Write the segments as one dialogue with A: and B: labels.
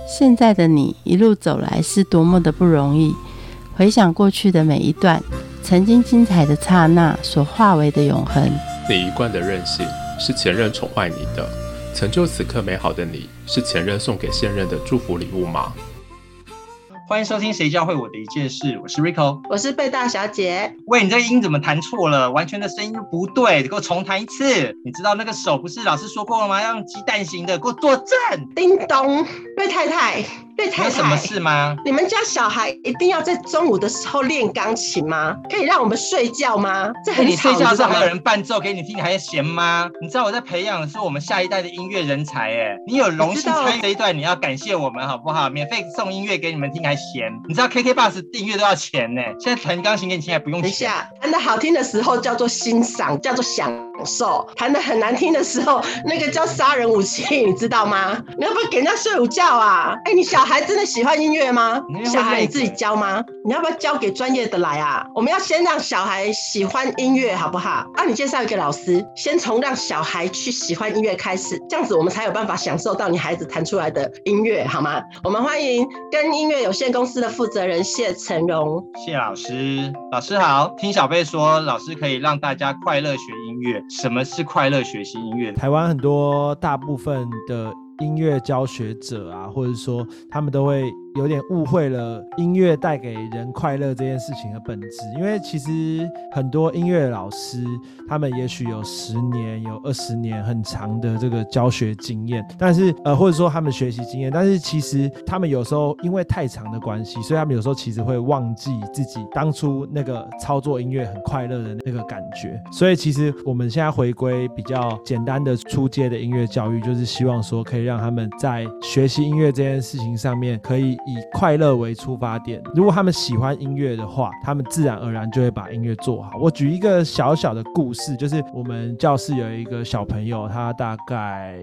A: 现在的你一路走来是多么的不容易，回想过去的每一段曾经精彩的刹那所化为的永恒。
B: 你一贯的任性是前任宠坏你的，成就此刻美好的你是前任送给现任的祝福礼物吗？
C: 欢迎收听谁教会我的一件事，我是 Rico，
A: 我是贝大小姐。
C: 喂，你这个音怎么弹错了？完全的声音不对，你给我重弹一次。你知道那个手不是老师说过了吗？要用鸡蛋型的，给我坐正。
D: 叮咚，贝太太，
C: 有什么事吗？
D: 你们家小孩一定要在中午的时候练钢琴吗？可以让我们睡觉吗？这很吵。
C: 你睡觉的时候还有人伴奏给你听，你还嫌吗？你知道我在培养的是我们下一代的音乐人才耶。你有荣幸参与这一段，你要感谢我们好不好？免费送音乐给你们听还嫌？你知道 KKBOX 订阅都要钱呢，现在弹钢琴给你听还不用钱。
D: 等一下，弹得好听的时候叫做欣赏，叫做享受；弹得很难听的时候，那个叫杀人武器，你知道吗？你要不要给人家睡午觉啊？你小孩真的喜欢音乐吗？小孩你自己教吗？你要不要交给专业的来啊？我们要先让小孩喜欢音乐，好不好？你介绍一个老师，先从让小孩去喜欢音乐开始，这样子我们才有办法享受到你孩子弹出来的音乐，好吗？我们欢迎跟音乐有限公司的负责人谢承荣。
C: 谢老师，老师好。听小贝说，老师可以让大家快乐学音乐。什么是快乐学习音乐？
E: 台湾很多大部分的音乐教学者啊，或者说他们都会有点误会了音乐带给人快乐这件事情的本质。因为其实很多音乐老师他们也许有10年有20年很长的这个教学经验，但是或者说他们学习经验，但是其实他们有时候因为太长的关系，所以他们有时候其实会忘记自己当初那个操作音乐很快乐的那个感觉。所以其实我们现在回归比较简单的初阶的音乐教育，就是希望说可以让他们在学习音乐这件事情上面可以以快乐为出发点。如果他们喜欢音乐的话，他们自然而然就会把音乐做好。我举一个小小的故事，就是我们教室有一个小朋友，他大概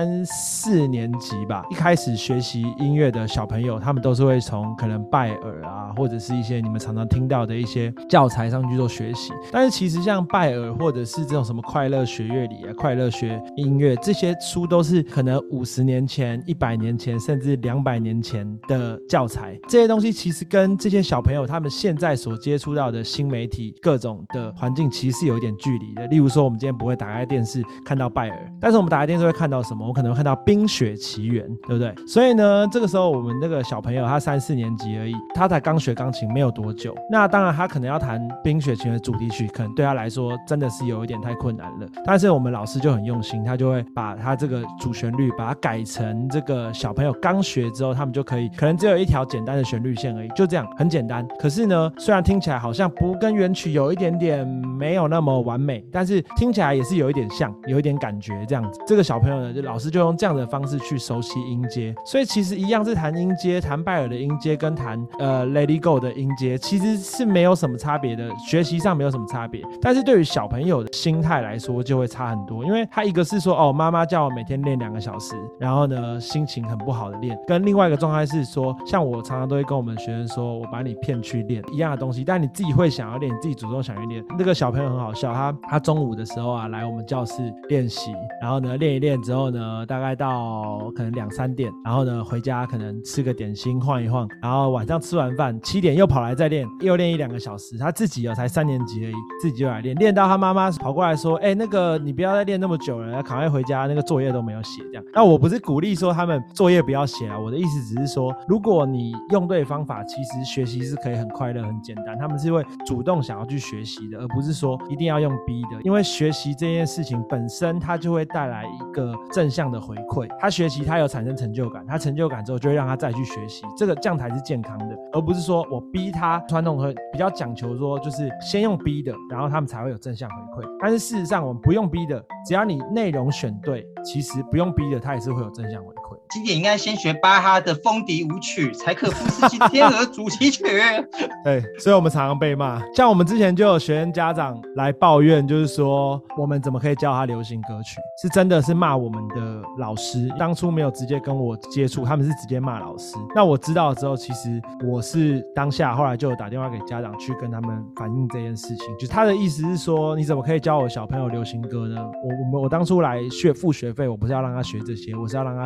E: 3、4年级吧，一开始学习音乐的小朋友，他们都是会从可能拜耳啊，或者是一些你们常常听到的一些教材上去做学习。但是其实像拜耳或者是这种什么快乐学乐理啊、快乐学音乐，这些书都是可能50年前、100年前甚至200年前的教材。这些东西其实跟这些小朋友他们现在所接触到的新媒体各种的环境其实是有一点距离的。例如说我们今天不会打开电视看到拜耳，但是我们打开电视会看到什么？我们可能会看到冰雪奇缘，对不对？所以呢，这个时候我们那个小朋友他3、4年级而已，他才刚学钢琴没有多久，那当然他可能要弹冰雪奇缘的主题曲，可能对他来说真的是有一点太困难了。但是我们老师就很用心，他就会把他这个主旋律把它改成这个小朋友刚学之后，他们就可以可能只有一条简单的旋律线而已，就这样很简单。可是呢，虽然听起来好像不跟原曲有一点点没有那么完美，但是听起来也是有一点像，有一点感觉这样子。这个小朋友呢，就老师就用这样的方式去熟悉音阶，所以其实一样是弹音阶，弹拜耳的音阶跟弹Let It Go 的音阶其实是没有什么差别的，学习上没有什么差别。但是对于小朋友的心态来说就会差很多，因为他一个是说妈妈叫我每天练2个小时，然后呢心情很不好的练，跟另外一个状态是说，像我常常都会跟我们学生说，我把你骗去练一样的东西，但你自己会想要练，你自己主动想去练。那个小朋友很好笑，他中午的时候啊来我们教室练习，然后呢练一练之后呢，大概到可能2、3点，然后呢回家可能吃个点心晃一晃，然后晚上吃完饭7点又跑来再练，又练1、2个小时。他自己才3年级而已，自己就来练，练到他妈妈跑过来说，那个你不要再练那么久了，赶快回家，那个作业都没有写这样。那我不是鼓励说他们作业不要写啊，我的意思只是说，如果你用对方法，其实学习是可以很快乐很简单，他们是会主动想要去学习的，而不是说一定要用逼的。因为学习这件事情本身它就会带来一个正向的回馈，他学习他有产生成就感，他成就感之后就会让他再去学习，这样才是健康的，而不是说我逼他。传统会比较讲求说就是先用逼的，然后他们才会有正向回馈，但是事实上我们不用逼的，只要你内容选对，其实不用逼的他也是会有正向回馈。
C: 经典应该先学巴哈的风笛舞曲，柴可夫斯基天鹅主题曲。
E: 对，所以我们常常被骂。像我们之前就有学生家长来抱怨，就是说我们怎么可以教他流行歌曲，是真的是骂我们的老师，当初没有直接跟我接触，他们是直接骂老师。那我知道了之后，其实我是当下后来就有打电话给家长去跟他们反映这件事情，就是他的意思是说，你怎么可以教我小朋友流行歌呢？我当初来付学费，我不是要让他学这些，我是要让他学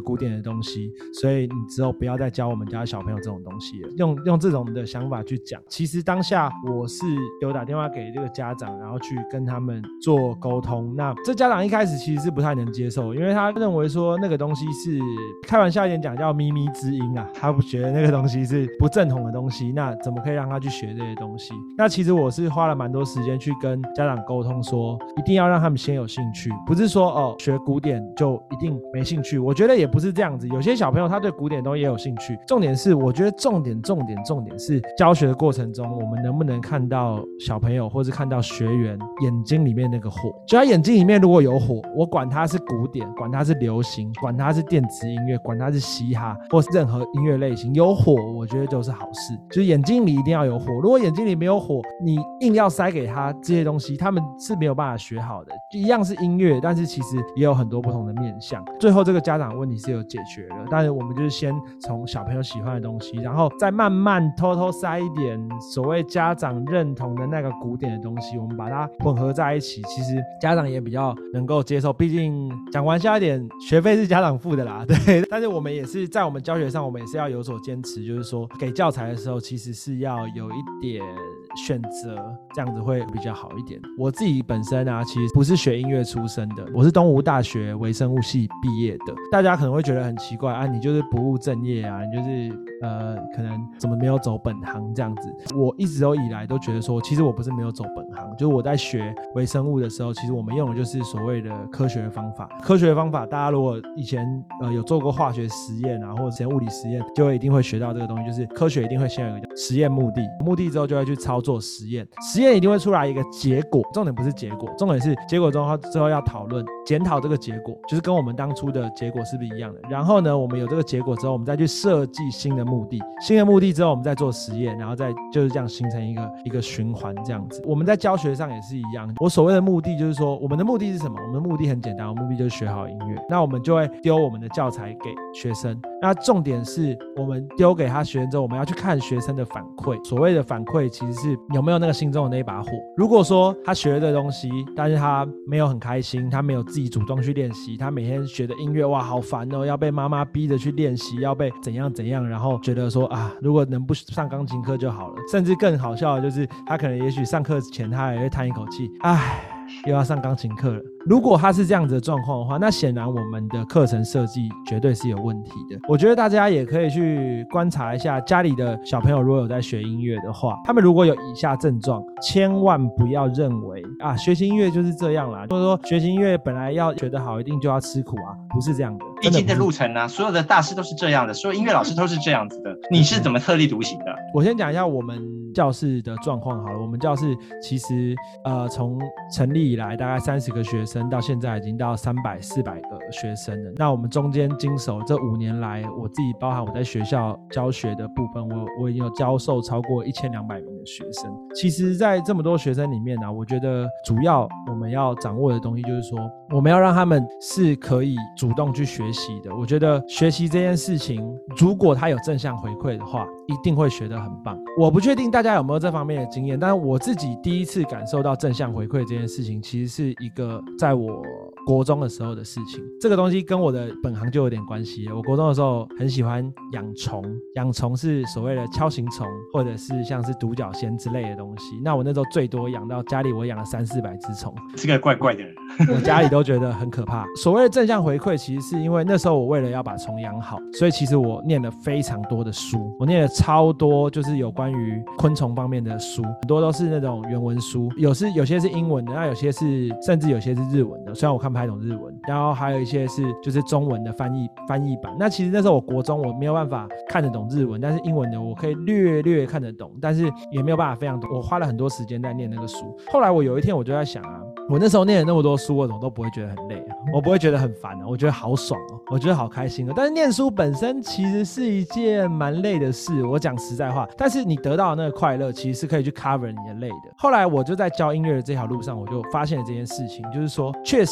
E: 古典的东西，所以你之后不要再教我们家小朋友这种东西了，用这种的想法去讲。其实当下我是有打电话给这个家长，然后去跟他们做沟通。那这家长一开始其实是不太能接受，因为他认为说那个东西是开玩笑一点讲叫咪咪之音啊，他不觉得那个东西是不正统的东西，那怎么可以让他去学这些东西？那其实我是花了蛮多时间去跟家长沟通说，一定要让他们先有兴趣，不是说学古典就一定没兴趣。我觉得也不是这样子，有些小朋友他对古典东西也有兴趣。重点是，我觉得重点是教学的过程中，我们能不能看到小朋友或是看到学员眼睛里面那个火。就他眼睛里面如果有火，我管他是古典，管他是流行，管他是电子音乐，管他是嘻哈或是任何音乐类型，有火我觉得就是好事。就是眼睛里一定要有火，如果眼睛里没有火，你硬要塞给他这些东西，他们是没有办法学好的。一样是音乐，但是其实也有很多不同的面向。最后这个家长问题是有解决了，但是我们就是先从小朋友喜欢的东西，然后再慢慢偷偷塞一点所谓家长认同的那个古典的东西，我们把它混合在一起，其实家长也比较能够接受。毕竟讲玩笑一点，学费是家长付的啦，对。但是我们也是在我们教学上，我们也是要有所坚持，就是说给教材的时候，其实是要有一点选择，这样子会比较好一点。我自己本身啊，其实不是学音乐出身的，我是东吴大学微生物系毕业的。大家可能会觉得很奇怪啊，你就是不务正业啊，你就是可能怎么没有走本行这样子。我一直都以来都觉得说，其实我不是没有走本行，就是我在学微生物的时候，其实我们用的就是所谓的科学的方法。科学的方法，大家如果以前有做过化学实验啊，或者物理实验，就会一定会学到这个东西，就是科学一定会先有一个实验目的，目的之后就会去操作实验，实验一定会出来一个结果，重点不是结果，重点是结果之后要讨论检讨这个结果，就是跟我们当初的结果是不是一样的。然后呢，我们有这个结果之后，我们再去设计新的目的，新的目的之后我们再做实验，然后再就是这样形成一个循环这样子。我们在教学上也是一样，我所谓的目的就是说，我们的目的是什么？我们的目的很简单，我们目的就是学好音乐。那我们就会丢我们的教材给学生，那重点是我们丢给他学生之后，我们要去看学生的反馈。所谓的反馈其实是有没有那个心中的那一把火。如果说他学了这东西，但是他没有很开心，他没有自己主动去练习，他每天学的音乐哇好烦哦，要被妈妈逼着去练习，要被怎样怎样，然后觉得说啊，如果能不上钢琴课就好了。甚至更好笑的就是他可能也许上课前他也会叹一口气，唉，又要上钢琴课了。如果他是这样子的状况的话，那显然我们的课程设计绝对是有问题的。我觉得大家也可以去观察一下家里的小朋友，如果有在学音乐的话，他们如果有以下症状，千万不要认为啊，学习音乐就是这样啦，就是说学习音乐本来要学得好一定就要吃苦啊，不是这样的。
C: 必经的路程啊，所有的大师都是这样的，所有音乐老师都是这样子的，你是怎么特立独行的？
E: 我先讲一下我们教室的状况好了。我们教室其实从成立以来大概30个学生，到现在已经到300、400个学生了。那我们中间经手这5年来，我自己包含我在学校教学的部分，我已经有教授超过1200名的学生。其实在这么多学生里面呢，我觉得主要我们要掌握的东西就是说，我们要让他们是可以主动去学习的。我觉得学习这件事情，如果他有正向回馈的话，一定会学得很棒。我不确定大家有没有这方面的经验，但是我自己第一次感受到正向回馈这件事情，其实是一个在我国中的时候的事情。这个东西跟我的本行就有点关系了。我国中的时候很喜欢养虫，养虫是所谓的锹形虫，或者是像是独角仙之类的东西。那我那时候最多养到家里，我养了300-400只虫，
C: 是个怪怪的人，
E: 我家里都觉得很可怕。所谓的正向回馈，其实是因为那时候我为了要把虫养好，所以其实我念了非常多的书，我念了超多就是有关于昆虫方面的书，很多都是那种原文书，有些是英文的，那有些是甚至有些是日文的，虽然我看不太懂日文，然后还有一些是就是中文的翻译版。那其实那时候我国中我没有办法看得懂日文，但是英文的我可以略看得懂，但是也没有办法非常懂。我花了很多时间在念那个书。后来我有一天我就在想啊，我那时候念了那么多书，我怎么都不会觉得很累啊，我不会觉得很烦啊，我觉得好爽哦，我觉得好开心哦。但是念书本身其实是一件蛮累的事，我讲实在话，但是你得到的那个快乐其实是可以去 cover 你的累的。后来我就在教音乐的这条路上，我就发现了这件事情，就是说确实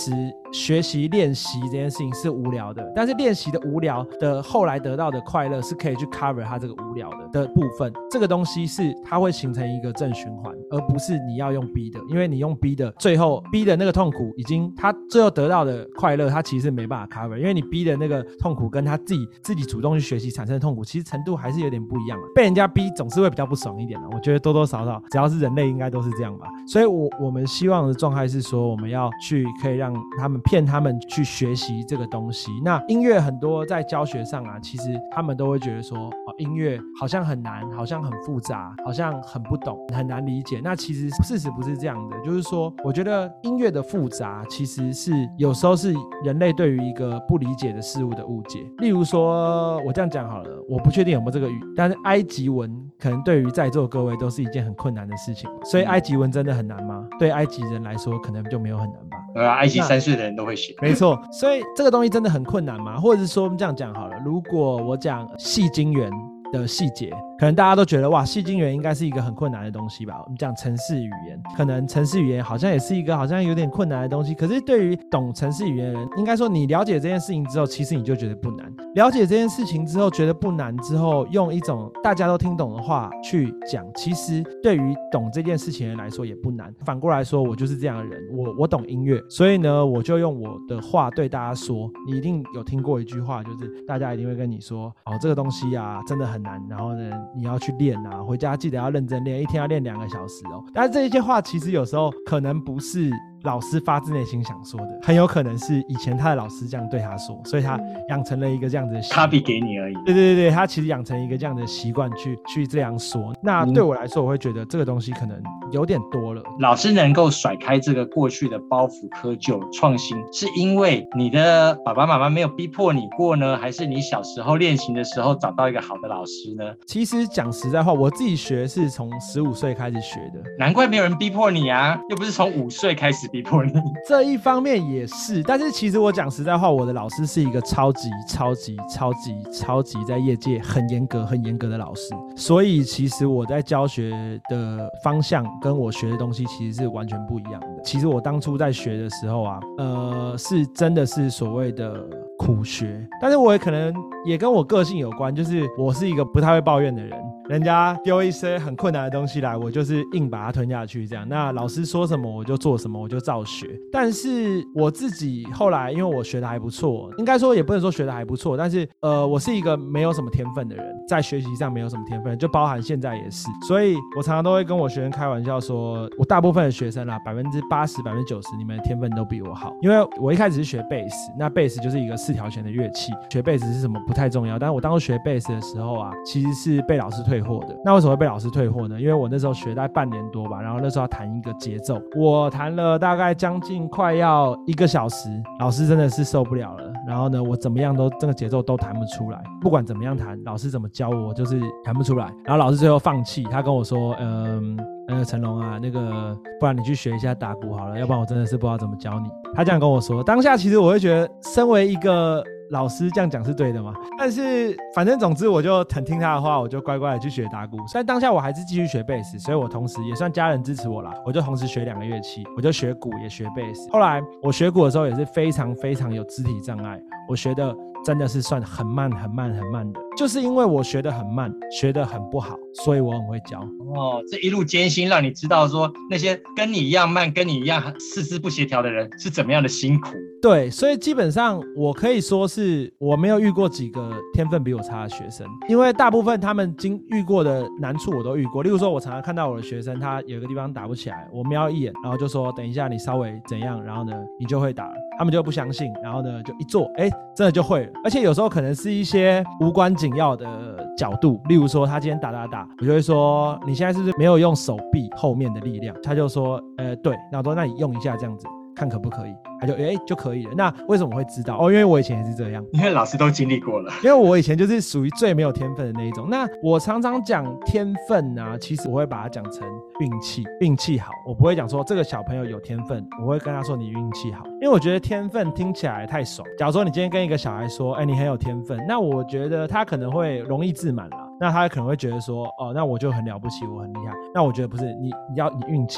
E: 学习练习这件事情是无聊的，但是练习的无聊的后来得到的快乐是可以去 cover 它这个无聊的部分。这个东西是它会形成一个正循环，而不是你要用逼的，因为你用逼的，最后逼的那个痛苦已经他最后得到的快乐，他其实没办法 cover， 因为你逼的那个痛苦跟他自己主动去学习产生的痛苦，其实程度还是有点不一样的。被人家逼总是会比较不爽一点的，我觉得多多少少只要是人类应该都是这样吧。所以我们希望的状态是说，我们要去可以让他们骗他们去学习这个东西。那音乐很多在教学上啊，其实他们都会觉得说，音乐好像很难，好像很复杂，好像很不懂，很难理解。那其实事实不是这样的，就是说我觉得音乐的复杂其实是有时候是人类对于一个不理解的事物的误解。例如说我这样讲好了，我不确定有没有这个语，但是埃及文可能对于在座各位都是一件很困难的事情，所以埃及文真的很难吗？对埃及人来说可能就没有很难吧。
C: 埃及3岁的人都会写，
E: 没错。所以这个东西真的很困难吗？或者是说我们这样讲好了，如果我讲细晶圆的细节，可能大家都觉得哇，细晶圆应该是一个很困难的东西吧。我们讲程式语言，可能程式语言好像也是一个好像有点困难的东西，可是对于懂程式语言的人，应该说你了解这件事情之后，其实你就觉得不难。了解这件事情之后觉得不难之后，用一种大家都听懂的话去讲，其实对于懂这件事情的人来说也不难。反过来说，我就是这样的人，我懂音乐，所以呢我就用我的话对大家说。你一定有听过一句话，就是大家一定会跟你说，这个东西啊真的很难，然后呢你要去练啊，回家记得要认真练，一天要练2个小时哦。但是这些话其实有时候可能不是老师发自内心想说的，很有可能是以前他的老师这样对他说，所以他养成了一个这样子的习惯
C: ，copy 给你而已。
E: 对对对，他其实养成一个这样的习惯去这样说。那对我来说，我会觉得这个东西可能有点多了。
C: 老师能够甩开这个过去的包袱窠臼创新，是因为你的爸爸妈妈没有逼迫你过呢，还是你小时候练琴的时候找到一个好的老师呢？
E: 其实讲实在话，我自己学是从15岁开始学的。
C: 难怪没有人逼迫你啊，又不是从5岁开始逼迫你。
E: 这一方面也是，但是其实我讲实在话，我的老师是一个超级在业界很严格的老师，所以其实我在教学的方向跟我学的东西其实是完全不一样的。其实我当初在学的时候啊，是真的是所谓的苦学，但是我也可能也跟我个性有关，就是我是一个不太会抱怨的人，人家丢一些很困难的东西来，我就是硬把它吞下去这样。那老师说什么我就做什么，我就照学。但是我自己后来因为我学的还不错，应该说也不能说学的还不错，但是我是一个没有什么天分的人，在学习上没有什么天分，就包含现在也是。所以我常常都会跟我学生开玩笑说，我大部分的学生啦，80%、90%你们的天分都比我好。因为我一开始是学贝斯，那贝斯就是一个4条弦的乐器，学贝斯是什么不太重要，但是我当时学贝斯的时候啊，其实是被老师退货的。那为什么会被老师退货呢？因为我那时候学大概半年多吧，然后那时候要弹一个节奏，我弹了大概将近快要1个小时，老师真的是受不了了。然后呢，我怎么样都这个节奏都弹不出来，不管怎么样弹，老师怎么教我就是弹不出来。然后老师最后放弃，他跟我说，成龙啊，那个不然你去学一下打鼓好了，要不然我真的是不知道怎么教你。他这样跟我说，当下其实我会觉得，身为一个老师这样讲是对的嘛，但是反正总之我就很听他的话，我就乖乖的去学打鼓。虽然当下我还是继续学贝斯，所以我同时也算家人支持我啦，我就同时学2个乐器，我就学鼓也学贝斯。后来我学鼓的时候也是非常有肢体障碍，我学的真的是算很慢的，就是因为我学得很慢，学得很不好，所以我很会教。
C: 这一路艰辛让你知道说那些跟你一样慢跟你一样四肢不协调的人是怎么样的辛苦。
E: 对，所以基本上我可以说是我没有遇过几个天分比我差的学生，因为大部分他们遇过的难处我都遇过。例如说我常常看到我的学生他有一个地方打不起来，我瞄一眼然后就说等一下你稍微怎样，然后呢你就会打了，他们就不相信，然后呢就一做真的就会了。而且有时候可能是一些无关紧要的角度，例如说他今天打，我就会说你现在是不是没有用手臂后面的力量，他就说对，然后我说那你用一下这样子看可不可以，他就就可以了。那为什么我会知道？因为我以前也是这样，
C: 因为老师都经历过了。
E: 因为我以前就是属于最没有天分的那一种。那我常常讲天分啊，其实我会把它讲成运气好，我不会讲说这个小朋友有天分，我会跟他说你运气好，因为我觉得天分听起来太爽。假如说你今天跟一个小孩说你很有天分，那我觉得他可能会容易自满啦，那他可能会觉得说那我就很了不起，我很厉害。那我觉得不是，你运气好。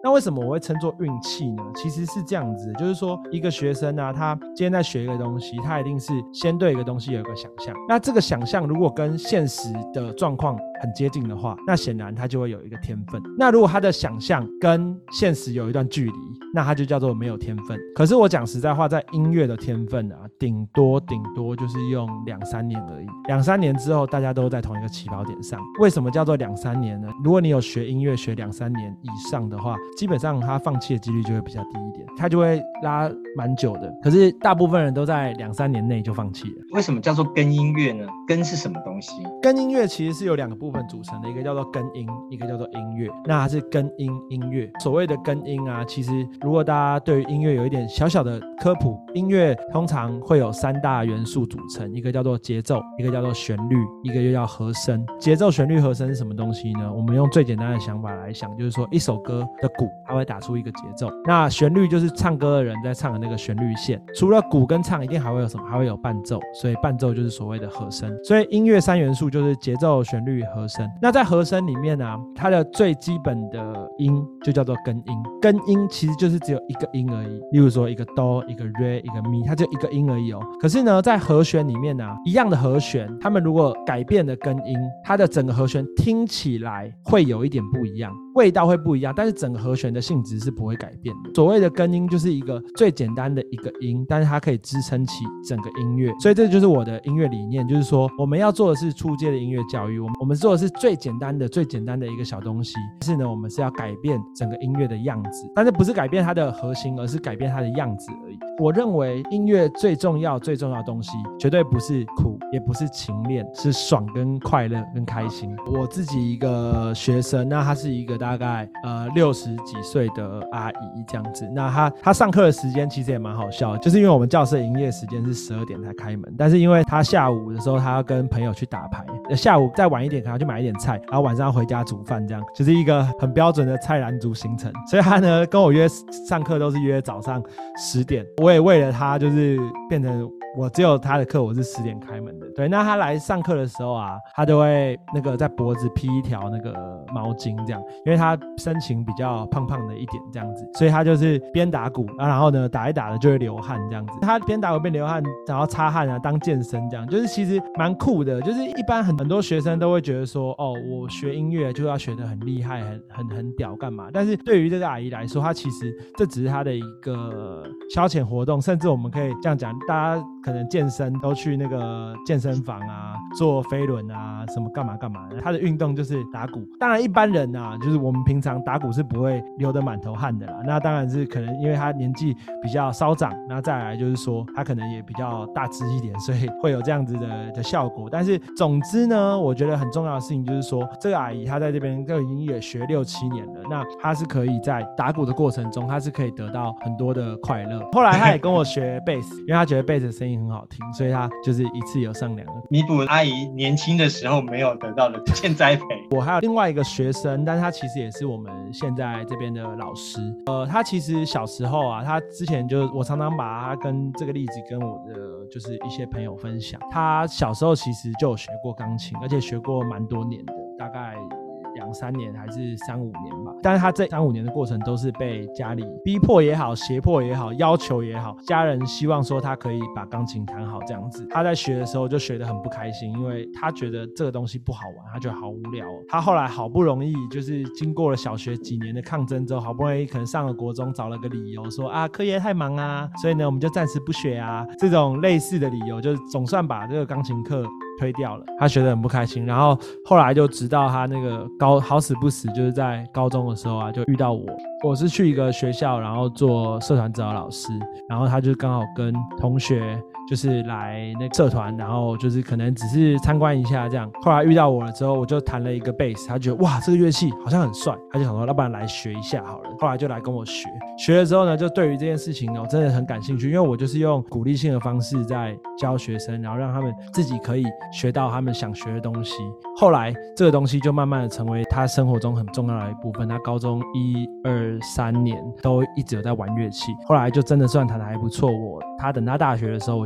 E: 那为什么我会称作运气呢？其实是这样子的，就是说一个学生啊，他今天在学一个东西，他一定是先对一个东西有一个想象，那这个想象如果跟现实的状况很接近的话，那显然他就会有一个天分。那如果他的想象跟现实有一段距离，那他就叫做没有天分。可是我讲实在话，在音乐的天分啊，顶多就是用2-3年而已。2-3年之后，大家都在同一个起跑点上。为什么叫做2-3年呢？如果你有学音乐学2-3年以上的话，基本上他放弃的几率就会比较低一点，他就会拉蛮久的。可是大部分人都在2-3年内就放弃了。
C: 为什么叫做根音乐呢？根是什么东西？
E: 根音乐其实是由2个部分组成的，一个叫做根音，一个叫做音乐。那它是根音音乐。所谓的根音啊，其实如果大家对于音乐有一点小小的科普，音乐通常会有3大元素组成，一个叫做节奏，一个叫做旋律，一个又叫和声。节奏、旋律、和声是什么东西呢？我们用最简单的想法来想，就是说一首歌的鼓它会打出一个节奏，那旋律就是唱歌的人在唱的那个旋律线。除了鼓跟唱，一定还会有什么？还会有伴奏，所以伴奏就是所谓的和声。所以音乐3元素就是节奏、旋律、和声。那在和声里面啊，它的最基本的音就叫做根音。根音其实就是只有一个音而已，例如说一个哆、一个 re、一个咪，它就一个音而已哦。可是呢，在和弦里面啊，一样的和弦，他们如果改变了根音，它的整个和弦听起来会有一点不一样，味道会不一样，但是整个和弦的性质是不会改变的。所谓的根音就是一个最简单的一个音，但是它可以支撑起整个音乐。所以这就是我的音乐理念，就是说我们要做的是初阶的音乐教育，我们做的是最简单的一个小东西，但是呢，我们是要改变整个音乐的样子，但是不是改变它的核心，而是改变它的样子而已。我认为音乐最重要的东西，绝对不是苦，也不是勤练，是爽跟快乐跟开心。我自己一个学生，那他是一个大概60几岁的阿姨这样子，那他上课的时间其实也蛮好笑的，就是因为我们教室营业时间是12点才开门，但是因为他下午的时候他要跟朋友去打牌，下午再晚一点可能要去买一点菜，然后晚上要回家煮饭，这样就是一个很标准的菜篮族行程。所以他呢跟我约上课都是约早上10点，我也为了他就是变成我只有他的课我是10点开门的。对，那他来上课的时候啊，他就会那个在脖子披一条那个毛巾这样，因为他身形比较胖胖的一点这样子，所以他就是边打鼓然后呢打一打的就会流汗这样子，他边打鼓边流汗，然后擦汗啊当健身这样，就是其实蛮酷的。就是一般很多学生都会觉得说，哦，我学音乐就要学得很厉害很屌干嘛，但是对于这个阿姨来说，她其实这只是她的一个消遣活动，甚至我们可以这样讲，大家可能健身都去那个健身房啊，做飞轮啊，什么干嘛干嘛的，他的运动就是打鼓。当然一般人啊，就是我们平常打鼓是不会流得满头汗的啦，那当然是可能因为他年纪比较稍长，那再来就是说他可能也比较大只一点，所以会有这样子的效果。但是总之呢，我觉得很重要的事情就是说，这个阿姨她在这边就已经也学6-7年了，那她是可以在打鼓的过程中，她是可以得到很多的快乐。后来她也跟我学贝斯，因为她觉得贝斯的声音很好听，所以她就是一次有上2个，
C: 弥补阿姨年轻的时候没有得到的欠栽培。
E: 我还有另外一个学生，但是他其实也是我们现在这边的老师。他其实小时候啊，他之前就我常常把他跟这个例子跟我的就是一些朋友分享。他小时候其实就有学过钢琴，而且学过蛮多年的，大概2-3年还是3-5年吧。但是他这3-5年的过程都是被家里逼迫也好，胁迫也好，要求也好，家人希望说他可以把钢琴弹好这样子。他在学的时候就学得很不开心，因为他觉得这个东西不好玩，他觉得好无聊哦。他后来好不容易就是经过了小学几年的抗争之后，好不容易可能上了国中，找了个理由说啊课业太忙啊，所以呢我们就暂时不学啊，这种类似的理由，就是总算把这个钢琴课推掉了。他学得很不开心，然后后来就直到他那个好死不死就是在高中的时候啊，就遇到我是去一个学校，然后做社团指导老师，然后他就刚好跟同学就是来那个社团，然后就是可能只是参观一下这样。后来遇到我了之后，我就弹了一个贝斯，他觉得哇这个乐器好像很帅，他就想说要不然来学一下好了。后来就来跟我学了之后呢，就对于这件事情我真的很感兴趣，因为我就是用鼓励性的方式在教学生，然后让他们自己可以学到他们想学的东西。后来这个东西就慢慢的成为他生活中很重要的一部分。他高中1、2、3年都一直有在玩乐器，后来就真的算弹得还不错。他等他大学的时候，我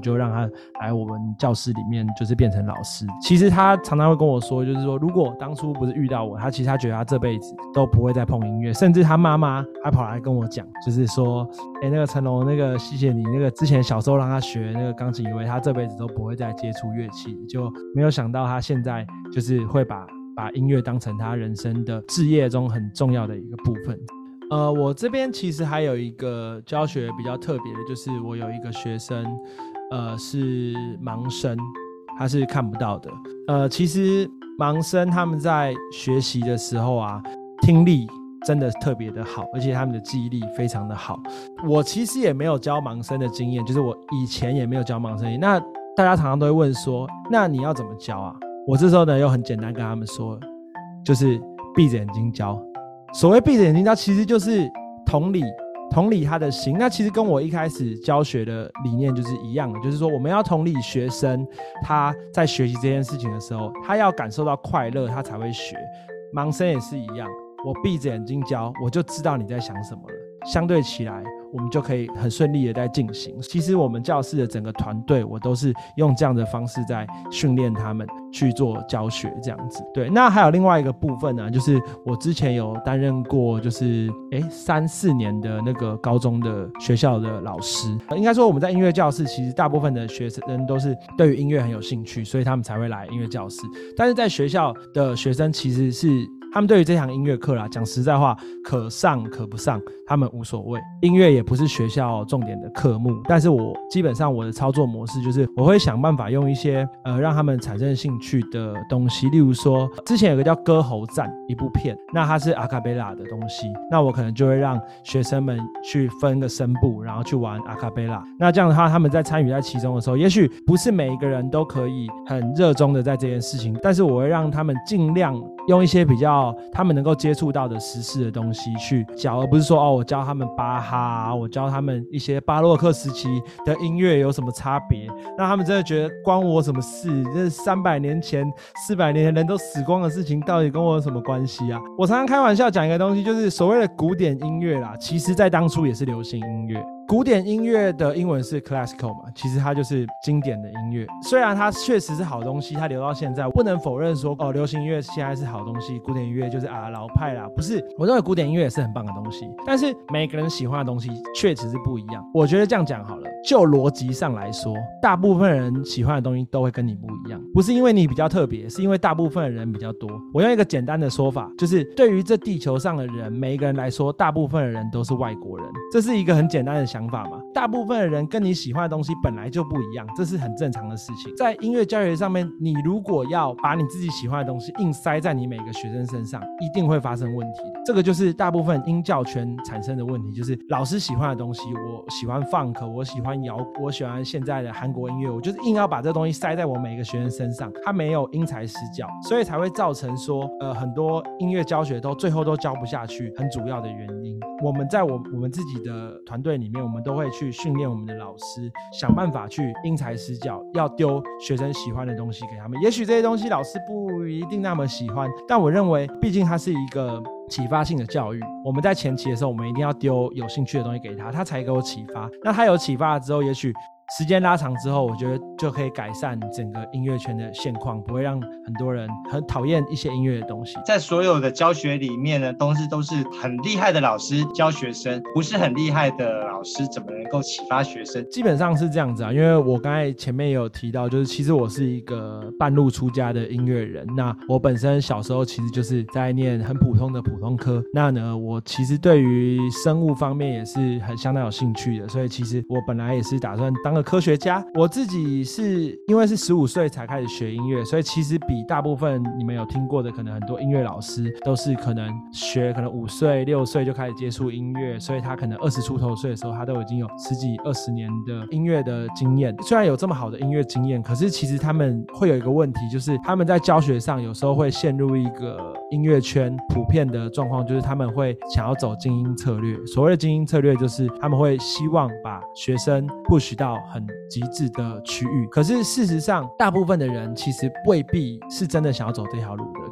E: 就让他来我们教室里面就是变成老师。其实他常常会跟我说，就是说如果当初不是遇到我，其实他觉得他这辈子都不会再碰音乐，甚至他妈妈还跑来跟我讲，就是说那个成龙，那个谢谢你那个之前小时候让他学那个钢琴，以为他这辈子都不会再接触乐器，就没有想到他现在就是会把音乐当成他人生的志业中很重要的一个部分。我这边其实还有一个教学比较特别的，就是我有一个学生是盲生，他是看不到的。其实盲生他们在学习的时候啊，听力真的特别的好，而且他们的记忆力非常的好。我其实也没有教盲生的经验，就是我以前也没有教盲生。那大家常常都会问说，那你要怎么教啊？我这时候呢又很简单跟他们说，就是闭着眼睛教。所谓闭着眼睛教，其实就是同理他的心。那其实跟我一开始教学的理念就是一样的，就是说我们要同理学生他在学习这件事情的时候，他要感受到快乐，他才会学。盲生也是一样，我闭着眼睛教，我就知道你在想什么了，相对起来我们就可以很顺利的在进行。其实我们教室的整个团队，我都是用这样的方式在训练他们去做教学这样子。对，那还有另外一个部分呢，就是我之前有担任过就是3-4年的那个高中的学校的老师。应该说我们在音乐教室，其实大部分的学生都是对于音乐很有兴趣，所以他们才会来音乐教室。但是在学校的学生其实是他们对于这堂音乐课啦，讲实在话，可上可不上，他们无所谓。音乐也不是学校重点的科目，但是我基本上我的操作模式就是我会想办法用一些让他们产生兴趣的东西。例如说之前有个叫歌喉战一部片，那它是阿卡贝拉的东西，那我可能就会让学生们去分个声部，然后去玩阿卡贝拉。那这样的话他们在参与在其中的时候，也许不是每一个人都可以很热衷的在这件事情，但是我会让他们尽量用一些比较他们能够接触到的时事的东西去教，而不是说我教他们巴哈，我教他们一些巴洛克时期的音乐有什么差别，让他们真的觉得关我什么事，这300年前400年前人都死光的事情到底跟我有什么关系啊？我常常开玩笑讲一个东西，就是所谓的古典音乐啦，其实在当初也是流行音乐。古典音乐的英文是 classical 嘛，其实它就是经典的音乐。虽然它确实是好东西，它留到现在，不能否认说流行音乐现在是好东西，古典音乐就是老派啦，不是。我认为古典音乐也是很棒的东西，但是每个人喜欢的东西确实是不一样。我觉得这样讲好了，就逻辑上来说，大部分人喜欢的东西都会跟你不一样，不是因为你比较特别，是因为大部分的人比较多。我用一个简单的说法，就是对于这地球上的人，每一个人来说，大部分的人都是外国人，这是一个很简单的想法嘛。大部分的人跟你喜欢的东西本来就不一样，这是很正常的事情。在音乐教学上面，你如果要把你自己喜欢的东西硬塞在你每个学生身上，一定会发生问题的。这个就是大部分音教圈产生的问题，就是老师喜欢的东西，我喜欢 funk， 我喜欢摇，我喜欢现在的韩国音乐，我就是硬要把这东西塞在我每一个学生身上，他没有因材施教，所以才会造成说很多音乐教学最后都教不下去，很主要的原因。我们在我们自己的团队里面，我们都会去训练我们的老师，想办法去因材施教，要丢学生喜欢的东西给他们。也许这些东西老师不一定那么喜欢，但我认为毕竟它是一个启发性的教育，我们在前期的时候，我们一定要丢有兴趣的东西给他，他才给我启发。那他有启发了之后，也许时间拉长之后，我觉得就可以改善整个音乐圈的现况，不会让很多人很讨厌一些音乐的东西。
C: 在所有的教学里面呢，都是很厉害的老师教学生，不是很厉害的老师怎么能够启发学生？
E: 基本上是这样子啊，因为我刚才前面也有提到，就是其实我是一个半路出家的音乐人。那我本身小时候其实就是在念很普通的普通科，那呢，我其实对于生物方面也是相当有兴趣的，所以其实我本来也是打算当科学家。我自己是因为是15岁才开始学音乐，所以其实比大部分你们有听过的可能很多音乐老师都是可能5岁6岁就开始接触音乐，所以他可能20出头岁的时候他都已经有10几20年的音乐的经验。虽然有这么好的音乐经验，可是其实他们会有一个问题，就是他们在教学上有时候会陷入一个音乐圈普遍的状况，就是他们会想要走精英策略。所谓的精英策略就是他们会希望把学生 push 到很极致的区域，可是事实上大部分的人其实未必是真的想要走这条路的。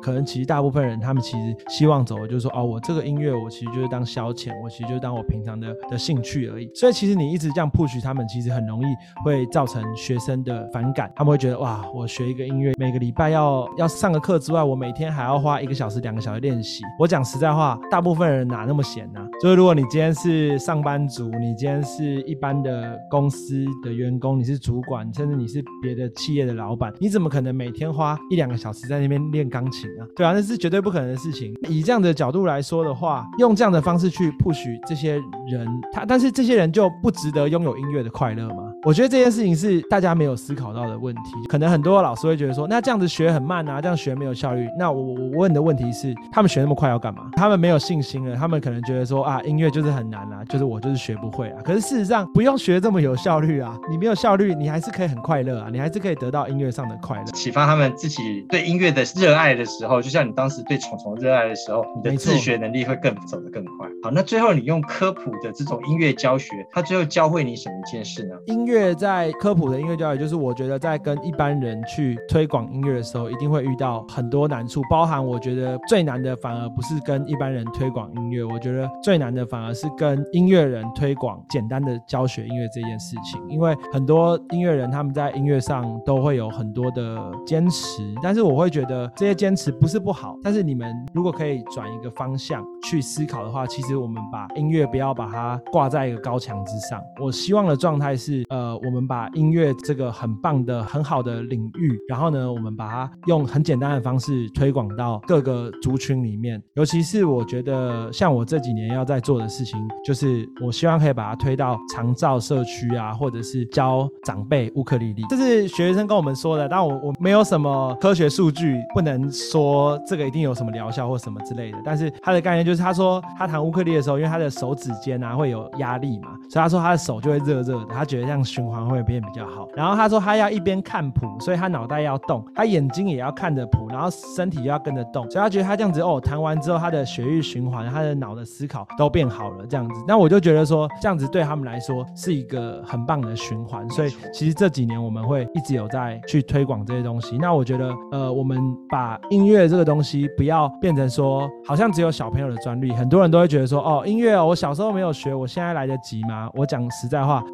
E: 可能其实大部分人他们其实希望走的就是说我这个音乐我其实就是当消遣，我其实就是当我平常的兴趣而已。所以其实你一直这样 push 他们，其实很容易会造成学生的反感，他们会觉得哇，我学一个音乐每个礼拜要上个课之外，我每天还要花1个小时2个小时练习。我讲实在话，大部分人哪那么闲啊？就是如果你今天是上班族，你今天是一般的公司的员工，你是主管，甚至你是别的企业的老板，你怎么可能每天花1-2个小时在那边练钢琴啊？对啊，那是绝对不可能的事情。以这样的角度来说的话，用这样的方式去 push 这些人，但是这些人就不值得拥有音乐的快乐吗？我觉得这件事情是大家没有思考到的问题。可能很多老师会觉得说，那这样子学很慢啊，这样学没有效率。那我问的问题是，他们学那么快要干嘛？他们没有信心了，他们可能觉得说音乐就是很难啊，就是我就是学不会啊。可是事实上不用学这么有效率啊，你没有效率，你还是可以很快乐啊，你还是可以得到音乐上的快乐。
C: 启发他们自己对音乐的热爱的时候，就像你当时对虫虫热爱的时候，你的自学能力会走得更快。好，那最后你用科普的这种音乐教学，它最后教会你什么一件事呢？
E: 音乐在科普的音乐教育，就是我觉得在跟一般人去推广音乐的时候，一定会遇到很多难处，包含我觉得最难的反而不是跟一般人推广音乐，我觉得最难的反而是跟音乐人推广简单的教学音乐这件事情。因为很多音乐人他们在音乐上都会有很多的坚持，但是我会觉得这些坚持不是不好，但是你们如果可以转一个方向去思考的话，其实我们把音乐不要把它挂在一个高墙之上。我希望的状态是我们把音乐这个很棒的很好的领域，然后呢我们把它用很简单的方式推广到各个族群里面。尤其是我觉得像我这几年要在做的事情，就是我希望可以把它推到长照社区啊，或者是教长辈乌克丽丽。这是学生跟我们说的，但我没有什么科学数据，不能说这个一定有什么疗效或什么之类的。但是他的概念就是，他说他弹乌克丽丽的时候，因为他的手指间啊会有压力嘛，所以他说他的手就会热热的，他觉得这样循环会变比较好。然后他说他要一边看谱，所以他脑袋要动，他眼睛也要看着谱，然后身体又要跟着动，所以他觉得他这样子弹完之后，他的血液循环，他的脑的思考都变好了这样子。那我就觉得说，这样子对他们来说是一个很棒的循环。所以其实这几年我们会一直有在去推广这些东西。那我觉得我们把音乐这个东西不要变成说好像只有小朋友的专利。很多人都会觉得说音乐我小时候没有学，我现在来得及吗？我讲实在话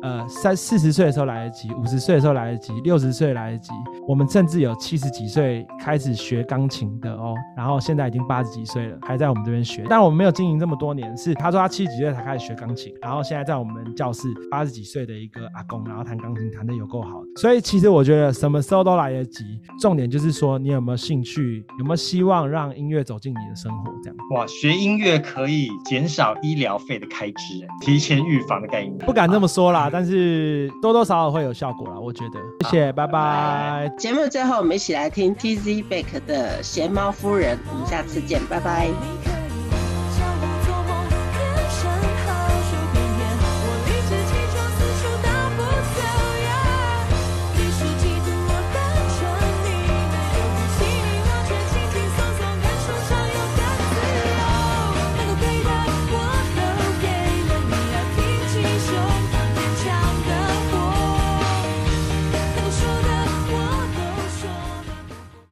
E: 40岁的时候来得及，50岁的时候来得及，60岁来得及，我们甚至有70几岁开始学钢琴的然后现在已经80几岁了还在我们这边学。但我们没有经营这么多年，是他说他70几岁才开始学钢琴，然后现在在我们教室80几岁的一个阿公，然后弹钢琴弹得有够好的。所以其实我觉得什么时候都来得及，重点就是说你有没有兴趣，有没有希望让音乐走进你的生活这样。
C: 哇，学音乐可以减少医疗费的开支，提前预防的概念。
E: 不敢这么说啦，但是多多少少会有效果啦，我觉得。谢谢，拜拜。
D: 节目最后我们一起来听 TZ Back 的《闲猫夫人》，我们下次见，拜拜。